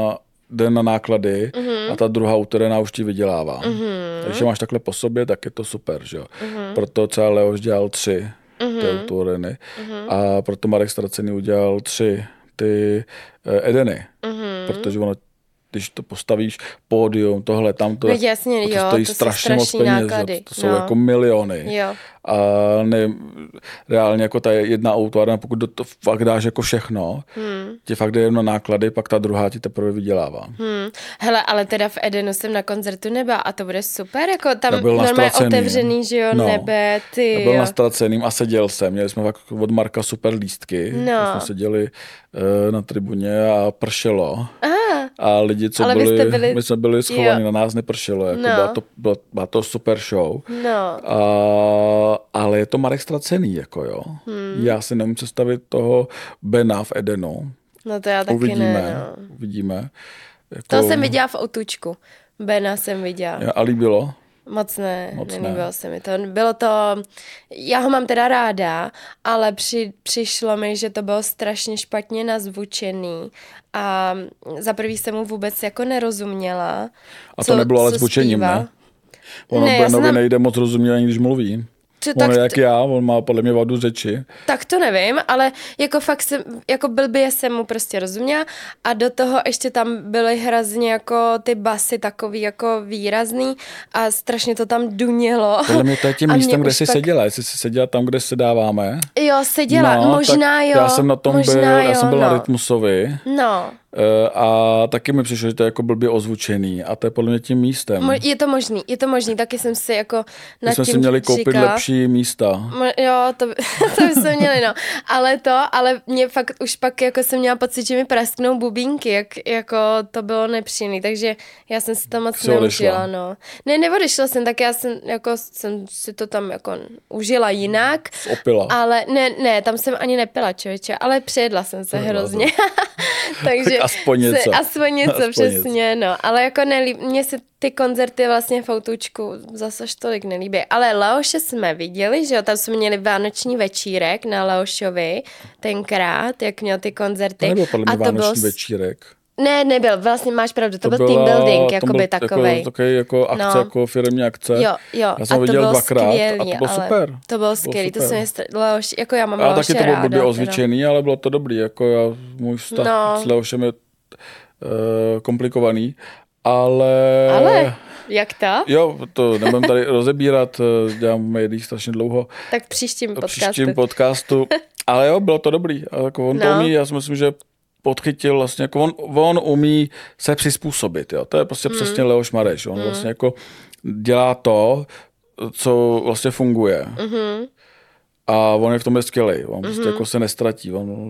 jde na náklady mm-hmm. a ta druhá úterena už ti vydělává. Mm-hmm. Takže máš takhle po sobě, tak je to super, že jo. Mm-hmm. Proto třeba Leoš dělal tři mm-hmm. ty ó dva Areny mm-hmm. a proto Marek Ztracený udělal tři ty uh, Edeny, mm-hmm. protože ono, když to postavíš, pódium, tohle, tamto, no, jasně, to jo, stojí to strašně moc peněz, náklady. To jsou no. jako miliony. Jo. A ne, reálně jako ta jedna ó dva Arena, pokud do to fakt dáš jako všechno, hmm. ti fakt jde jen na náklady, pak ta druhá ti teprve vydělává. Hmm. Hele, ale teda v Edenu jsem na koncertu nebyla a to bude super, jako tam normálně otevřený, že jo, no. nebe, ty Já byl jo. na Ztraceným a seděl jsem, měli jsme fakt od Marka super lístky, no. jsme seděli uh, na tribuně a pršelo. Aha. A lidi, co ale byli, byli, my jsme byli schovaní, na nás nepršelo, jako no. byla, to, byla, byla to super show. No. A, ale je to Marek Ztracený, jako jo. Hmm. Já si nemůžu představit toho Bena v Edenu. No to já taky uvidíme, ne, no. Uvidíme. Jako... To jsem viděla v Outučku. Bena jsem viděla. A líbilo? Moc ne, Moc nelíbilo ne. se mi to. Bylo to, já ho mám teda ráda, ale při, přišlo mi, že to bylo strašně špatně nazvučený a za prvý jsem mu vůbec jako nerozuměla. A to co, nebylo ale zvučením, ne? Ono ne, Benovi znám... nejde moc rozumět, ani když mluví. Čo, on je jak t... já, on má podle mě vadu řeči. Tak to nevím, ale jako fakt jsem, jako blbě jsem mu prostě rozuměla a do toho ještě tam byly hrozně jako ty basy takový jako výrazný a strašně to tam dunělo. Podle mě to je tím místem, kde jsi tak... seděla, jestli jsi seděla tam, kde se dáváme. Jo, seděla, no, možná jo. Já jsem na tom možná byl, jo, já jsem byl no. na Rytmusovi. No. a taky mi přišlo, že to je jako blbě ozvučený a to je podle mě tím místem. Je to možný, je to možný, taky jsem si jako nad My jsme tím si měli koupit říkala. lepší místa. Mo- jo, to, to bychom měli, no. Ale to, ale mě fakt už pak jako jsem měla pocit, že mi prasknou bubínky, jak jako to bylo nepříjemný, takže já jsem si to moc Jsi neužila, odešla. no. Ne, neodešla jsem, tak já jsem jako jsem si to tam jako užila jinak. Opila. Ale ne, ne, tam jsem ani nepila, člověče, ale přejedla jsem se Přejedla hrozně. Takže Tak aspoň něco. Se, aspoň něco, Aspoň přesně, no. Ale jako nelíb, mně se ty koncerty vlastně v Outůčku zase až tolik nelíbí. Ale Leoše jsme viděli, že jo, tam jsme měli vánoční večírek na Leošovi tenkrát, jak měl ty koncerty. To nebyl podle mě A to vánoční byl... večírek. Ne, nebyl, vlastně máš pravdu, to, to byl byla, team building, to jakoby byl takovej. Jako, takový jako akce, No. jako firmní akce. Jo, jo, Já jsem a ho to viděl bylo dvakrát skvělý, a to bylo ale super. To bylo skvělý, to, super. jsem jestli, Leoš, jako já mám A Leoše taky to bylo ráda, blbě teda. ozvyčený, ale bylo to dobrý, jako já, můj vztah No. s Leošem je uh, komplikovaný, ale... Ale, jak to? Jo, to nebudem tady rozebírat, dělám médií strašně dlouho. Tak v příštím V podcastu. příštím podcastu, ale jo, bylo to dobrý. A jako on No. to umí, já si myslím, že podchytil vlastně, jako on, on umí se přizpůsobit, jo. To je prostě mm. přesně Leoš Mareš, on mm. vlastně jako dělá to, co vlastně funguje. Mm-hmm. A on je v tom skvělej, on mm-hmm. prostě jako se nestratí, on uh,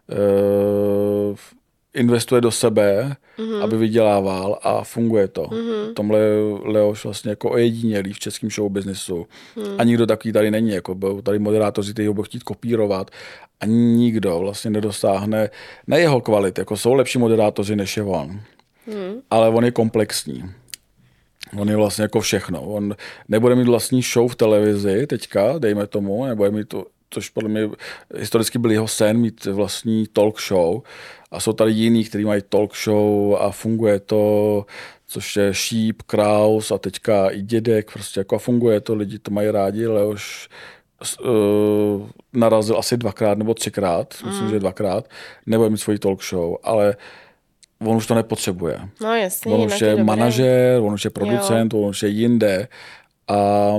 investuje do sebe, mm-hmm. aby vydělával a funguje to. Mm-hmm. V tomhle Leoš vlastně jako ojedinělý v českém showbiznesu. Mm. A nikdo takový tady není, jako byl tady moderátoři, kteří ho budou chtít kopírovat a nikdo vlastně nedosáhne na jeho kvalit, jako jsou lepší moderátoři než je on. Mm. Ale on je komplexní. On je vlastně jako všechno. On nebude mít vlastní show v televizi teďka, dejme tomu, nebude mít to, což podle mě historicky byl jeho sen, mít vlastní talk show. A jsou tady jiní, kteří mají talk show a funguje to, což je Šíp, Kraus a teďka i Dědek, prostě jako a funguje to, lidi to mají rádi. Leoš uh, narazil asi dvakrát nebo třikrát, mm. myslím, že dvakrát, nebude mít svoji talk show, ale on už to nepotřebuje. No jasně, on už je manažer, on už je producent, jo. On už je jinde a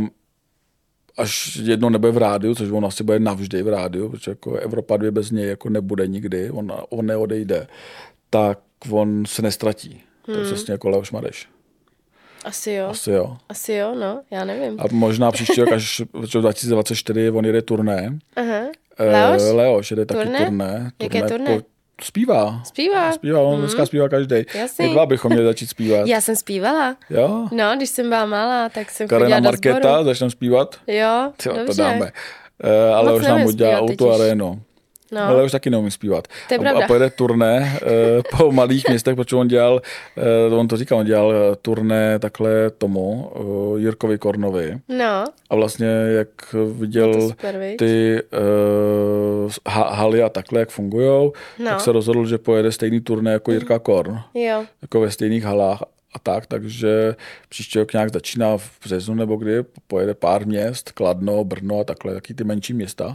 až jedno nebude v rádiu, což on asi bude navždy v rádiu, protože jako Evropa dvě bez něj jako nebude nikdy, on, on neodejde, tak on se nestratí. Hmm. To je přesně jako Leoš Mareš. Asi jo. Asi jo. Asi jo, no, já nevím. A možná příští rok, až v roce dva tisíce dvacet čtyři, on jede turné. Aha. Leoš? Uh, Leoš jede taky turné? turné. Jaké turné? Po, zpívá. Zpívá? Zpívá, on dneska mm. zpívá každý. My dva bychom měli začít zpívat. Já jsem zpívala. Jo? No, když jsem byla malá, tak jsem Karena chodila do Markéta, sboru. začneme zpívat? Jo, Tyjo, dobře. to dáme. Uh, ale Moc už nám nevím udělá zpívat Auto totiž. Arenu. No. Ale už taky neumí zpívat. To je a, pravda. a pojede turné uh, po malých městech, protože on dělal, uh, on to říkal, on dělal turné takhle tomu, uh, Jirkovi Kornovi. No. A vlastně, jak viděl to super, ty uh, ha- haly a takhle, jak fungujou, no. tak se rozhodl, že pojede stejný turné jako Jirka Korn. Jo. Jako ve stejných halách a tak, takže příští rok nějak začíná v březnu nebo kdy, pojede pár měst, Kladno, Brno a takhle, taky ty menší města.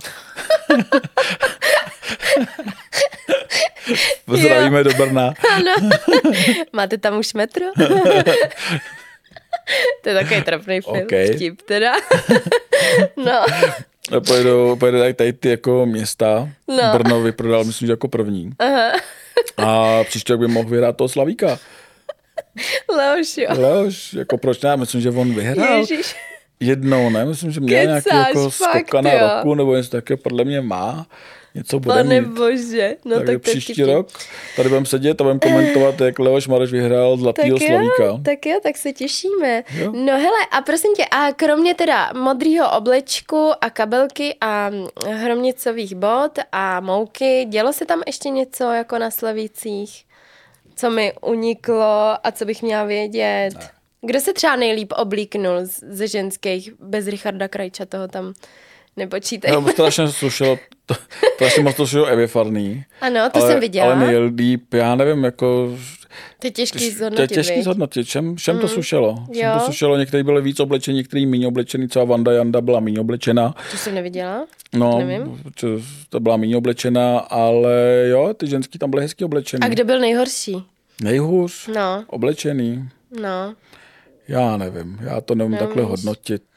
Pozdravíme jo. do Brna. Ano. Máte tam už metro? To je takový trapný film, okay. vtip teda. No. Pojedu, pojedu tady, tady ty jako města. No. Brno vyprodal, myslím, že jako první. Aha. A příště by mohl vyhrát toho Slavíka. Leoš, jo. Leoš, jako proč ne? Myslím, že on vyhrál. Ježiš. Jednou, ne? Myslím, že měl Kecáš, nějaký jako skoka na jo. roku, nebo něco také podle mě má. Něco bude Pane mít. bože. No Takže tak příští rok tady budeme sedět a budeme komentovat, jak Leoš Mareš vyhrál Zlatýho tak Slavíka. Jo, tak jo, tak se těšíme. Jo. No hele, a prosím tě, a kromě teda modrýho oblečku a kabelky a hromnicových bot a mouky, dělo se tam ještě něco jako na Slavících? Co mi uniklo a co bych měla vědět? Ne. Kdo se třeba nejlíp oblíknul ze ženských bez Richarda Krajča, toho tam nepočítej. Já strašně slušelo, to, strašně moc to slušelo Evě Farný. Ano, to ale, jsem viděla. Ale nejlíp, já nevím, jako... To je těžký zhodnotit, To je těžký zhodnotit, všem, všem mm. to slušelo. Všem to slušelo, některý byli víc oblečení, některý méně oblečený, třeba Vanda Janda byla méně oblečená. To jsem neviděla? No, Nevím. to byla méně oblečená, ale jo, ty ženský tam byly hezky oblečený. A kdo byl nejhorší? Nejhůř? No. Oblečený? No. Já nevím, já to nevím Neumíš. takhle hodnotit.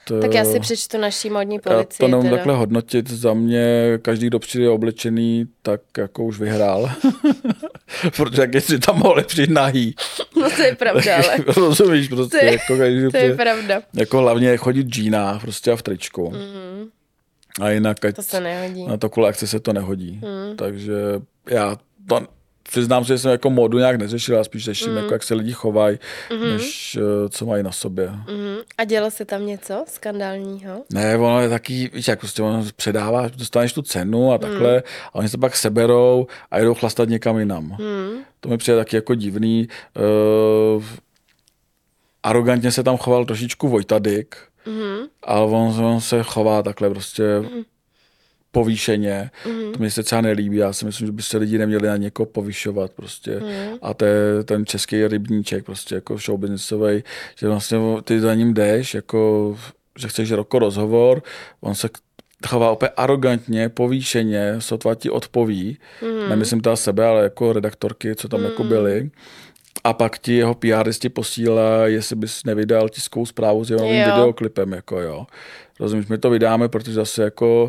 Tak já si přečtu naší modní policii. Já to nemůžu teda. takhle hodnotit. Za mě každý, kdo přijde oblečený, tak jako už vyhrál. Protože jak jestli tam mohli přijít nahý. No to je pravda, ale. Rozumíš, prostě. To je, jako každý, to je pravda. Jako hlavně chodit v džínách prostě a v tričku. Mm. A jinak ať to se nehodí. Na takovou akci se to nehodí. Mm. Takže já to přiznám, že jsem jako modu nějak neřešil, a spíš řeším, mm. jako jak se lidi chovají, mm. než uh, co mají na sobě. Mm. A dělo se tam něco skandálního? Ne, ono je taky, víš, jak prostě ono předáváš, dostaneš tu cenu a takhle, mm. a oni se pak seberou a jdou chlastat někam jinam. Mm. To mi přijde taky jako divný. Uh, arrogantně se tam choval trošičku Vojta Dyk, mm. ale on, on se chová takhle prostě mm. povýšeně. Mm. To mi se třeba nelíbí. Já si myslím, že by se lidi neměli na někoho povyšovat prostě. Mm. A to je ten český rybníček prostě jako showbiznisovej, že vlastně ty za ním jdeš, jako, že chceš jako rozhovor, on se chová opět arrogantně, povýšeně, sotva ti odpoví. Mm. Nemyslím teda sebe, ale jako redaktorky, co tam mm. jako byly. A pak ti jeho PRisti posílá, jestli bys nevydal tiskovou zprávu s jeho novým videoklipem, jako jo. Rozumíš, my to vydáme, protože zase jako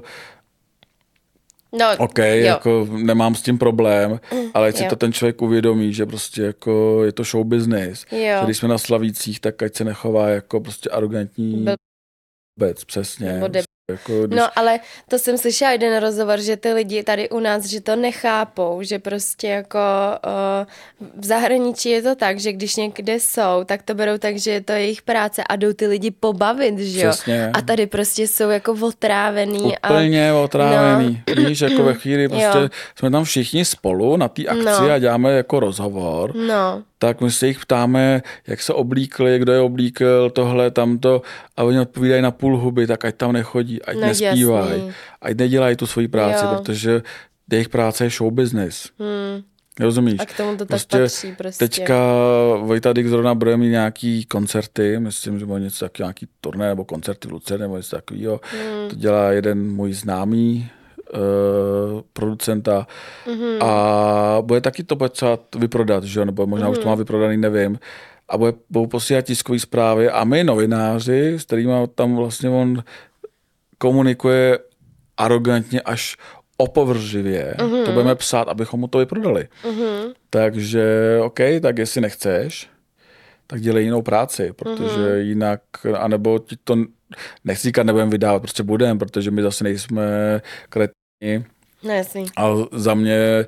no, OK, jako nemám s tím problém, ale ať si to ten člověk uvědomí, že prostě jako je to show business. Že když jsme na Slavících, tak ať se nechová jako prostě arrogantní vůbec, přesně. Jako když... No ale to jsem slyšela jeden rozhovor, že ty lidi tady u nás, že to nechápou, že prostě jako uh, v zahraničí je to tak, že když někde jsou, tak to berou tak, že je to jejich práce a jdou ty lidi pobavit, že jo? Přesně. A tady prostě jsou jako otrávený. Úplně a... otrávený. No. Víš, jako ve chvíli prostě jo. jsme tam všichni spolu na té akci no. a děláme jako rozhovor. No. Tak my se jich ptáme, jak se oblíkli, kdo je oblíkl, tohle, tamto, a oni odpovídají na půl huby, tak ať tam nechodí, ať no, nespívají, ať nedělají tu svoji práci, jo. protože jejich práce je show business. Hmm. Rozumíš? A k tomu to prostě, tak patří prostě. Teďka Vojta Dyk zrovna bude mít nějaký koncerty, myslím, že bude něco taky, nějaký turné nebo koncerty v Luce nebo něco takového. Hmm. To dělá jeden můj známý, Uh, producenta mm-hmm. a bude taky to potřeba vyprodat, že? Nebo možná mm-hmm. už to má vyprodaný, nevím. A bude, budou posílat tiskové zprávy a my novináři, s kterými tam vlastně on komunikuje arrogantně až opovrživě, mm-hmm. to budeme psát, abychom mu to vyprodali. Mm-hmm. Takže OK, tak jestli nechceš, tak dělej jinou práci, protože mm-hmm. jinak, anebo ti to nechci říkat, nebudeme vydávat, prostě budeme, protože my zase nejsme kretní. Nesmí. A za mě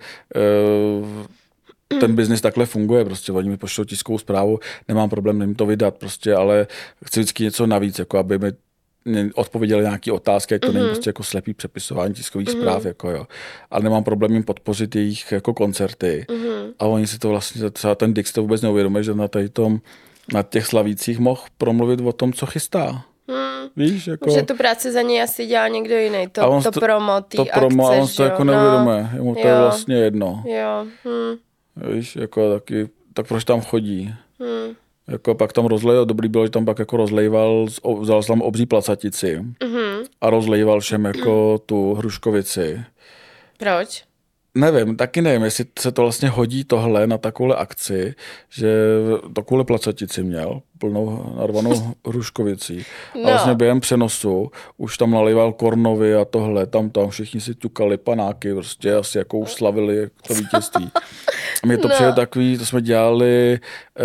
ten biznis takhle funguje, prostě oni mi pošlou tiskovou zprávu, nemám problém jim to vydat, prostě, ale chci vždycky něco navíc, jako aby mi odpověděli nějaké otázky, ať to mm-hmm. není prostě jako slepý přepisování tiskových mm-hmm. zpráv, jako jo. Ale nemám problém jim podpořit jejich jako koncerty. Mm-hmm. A oni si to vlastně, třeba ten Dyk to vůbec neuvědomuje, že na tady tom, na těch Slavících mohl promluvit o tom, co chystá. Hmm. Víš, jako... Že tu práci za něj asi dělá někdo jiný, to, to, to promo tý to akce, promo, a on to jako neuvědomuje, no. mu to jo. je vlastně jedno. Jo. Hmm. Víš, jako taky, tak proč tam chodí? Hmm. Jako pak tam rozlejval, dobrý bylo, že tam pak jako rozlejval, vzal tam obří placatici mm-hmm. a rozlejval všem jako tu hruškovici. Proč? Nevím, taky nevím, jestli se to vlastně hodí tohle na takovouhle akci, že takovouhle placatici měl, plnou narvanou hruškovicí. No. A vlastně během přenosu už tam nalival kornovy a tohle, tam tam všichni si ťukali panáky, prostě asi jako už slavili to vítězství. A mě to no. přijde takový, to jsme dělali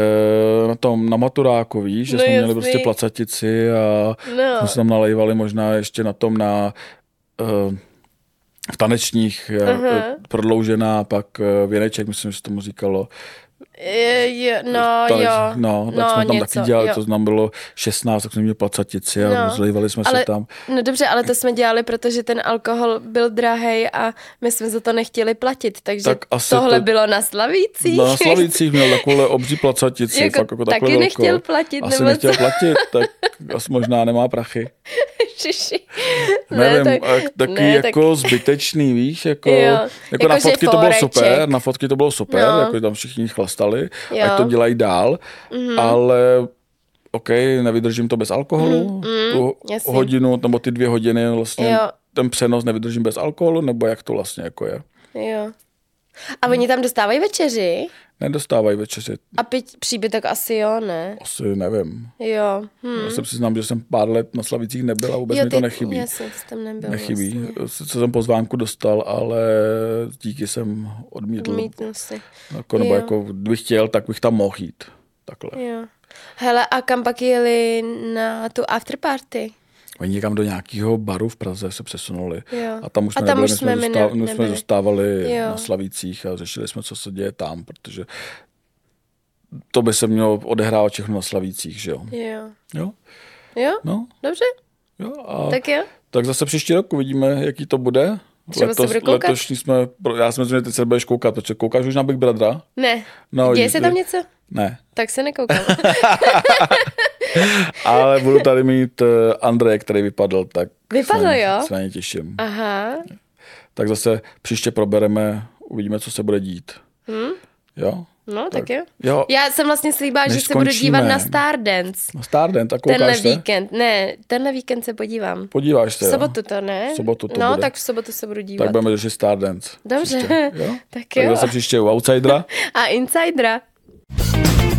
e, na tom, na maturáku, víš, že no jsme jasný. měli prostě placatici a no. jsme se tam nalejvali možná ještě na tom na... E, v tanečních uh-huh. prodloužená, pak věneček, myslím, že se tomu říkalo. Je, je, no, Taneč, jo. No, tak no, jsme tam něco, taky dělali, jo. to nám bylo šestnáct, tak jsme měli placatici a no. rozlívali jsme ale, se tam. No dobře, ale to jsme dělali, protože ten alkohol byl drahej a my jsme za to nechtěli platit, takže tak tohle to... bylo na Slavících. Na Slavících měl takovouhle obří placatici. jako, fakt jako taky velkou. nechtěl platit. Asi nebo nechtěl co? platit, tak asi možná nemá prachy. Šiši. Nevím, ne, tak, taky ne, jako tak... zbytečný, víš, jako, jo. jako, jako na fotky to bylo super, na fotky to bylo super, no. jako tam všichni chlastali, jo. ať to dělají dál, mm-hmm. ale OK, nevydržím to bez alkoholu, mm, tu jasný. hodinu, nebo ty dvě hodiny vlastně, jo. ten přenos nevydržím bez alkoholu, nebo jak to vlastně jako je. Jo. A oni tam dostávají večeři? Nedostávají večeři. A pět, příbytek asi jo, ne? Asi nevím. Jo. Hm. Já se přiznám, že jsem pár let na Slavicích nebyl a vůbec jo, mi ty, to nechybí. Jasně, ty tam nebyl Nechybí. vlastně. Co jsem pozvánku dostal, ale díky jsem odmítl. Odmítl si. Jako, nebo jako, kdybych chtěl, tak bych tam mohl jít. Takhle. Jo. Hele, a kam pak jeli na tu afterparty? Oni někam do nějakého baru v Praze se přesunuli. Jo. A tam už jsme a tam nebyli, už jsme, my jsme, ne, zůstávali, jsme zůstávali jo. na Slavících a řešili jsme, co se děje tam, protože to by se mělo odehrávat všechno na Slavících, že jo? Jo. Jo? Jo? No. Dobře. Jo? A tak jo. Tak zase příští rok uvidíme, jaký to bude. Třeba Letos, se bude koukat? Letošní jsme, já si myslím, že teď se budeš koukat, protože koukáš už na Big Brothera? Ne. No, děje se tam něco? Ne. Tak se nekoukám. Ale budu tady mít uh, Andreje, který vypadl, tak Vypadl, se, jo? se na ně těším. Aha. Tak zase příště probereme, uvidíme, co se bude dít. Hm? Jo? No, tak, tak jo. jo. Já jsem vlastně slíbala, že se budu dívat na Stardance. Na Stardance, a koukáš tenhle se? víkend, ne, tenhle víkend se podívám. Podíváš se, V jo? sobotu to, ne? V sobotu to No, bude. tak v sobotu se budu dívat. Tak budeme řešit Stardance. Dobře, příště, jo? tak jo. Tak zase příště u Outsidera. A Insidera.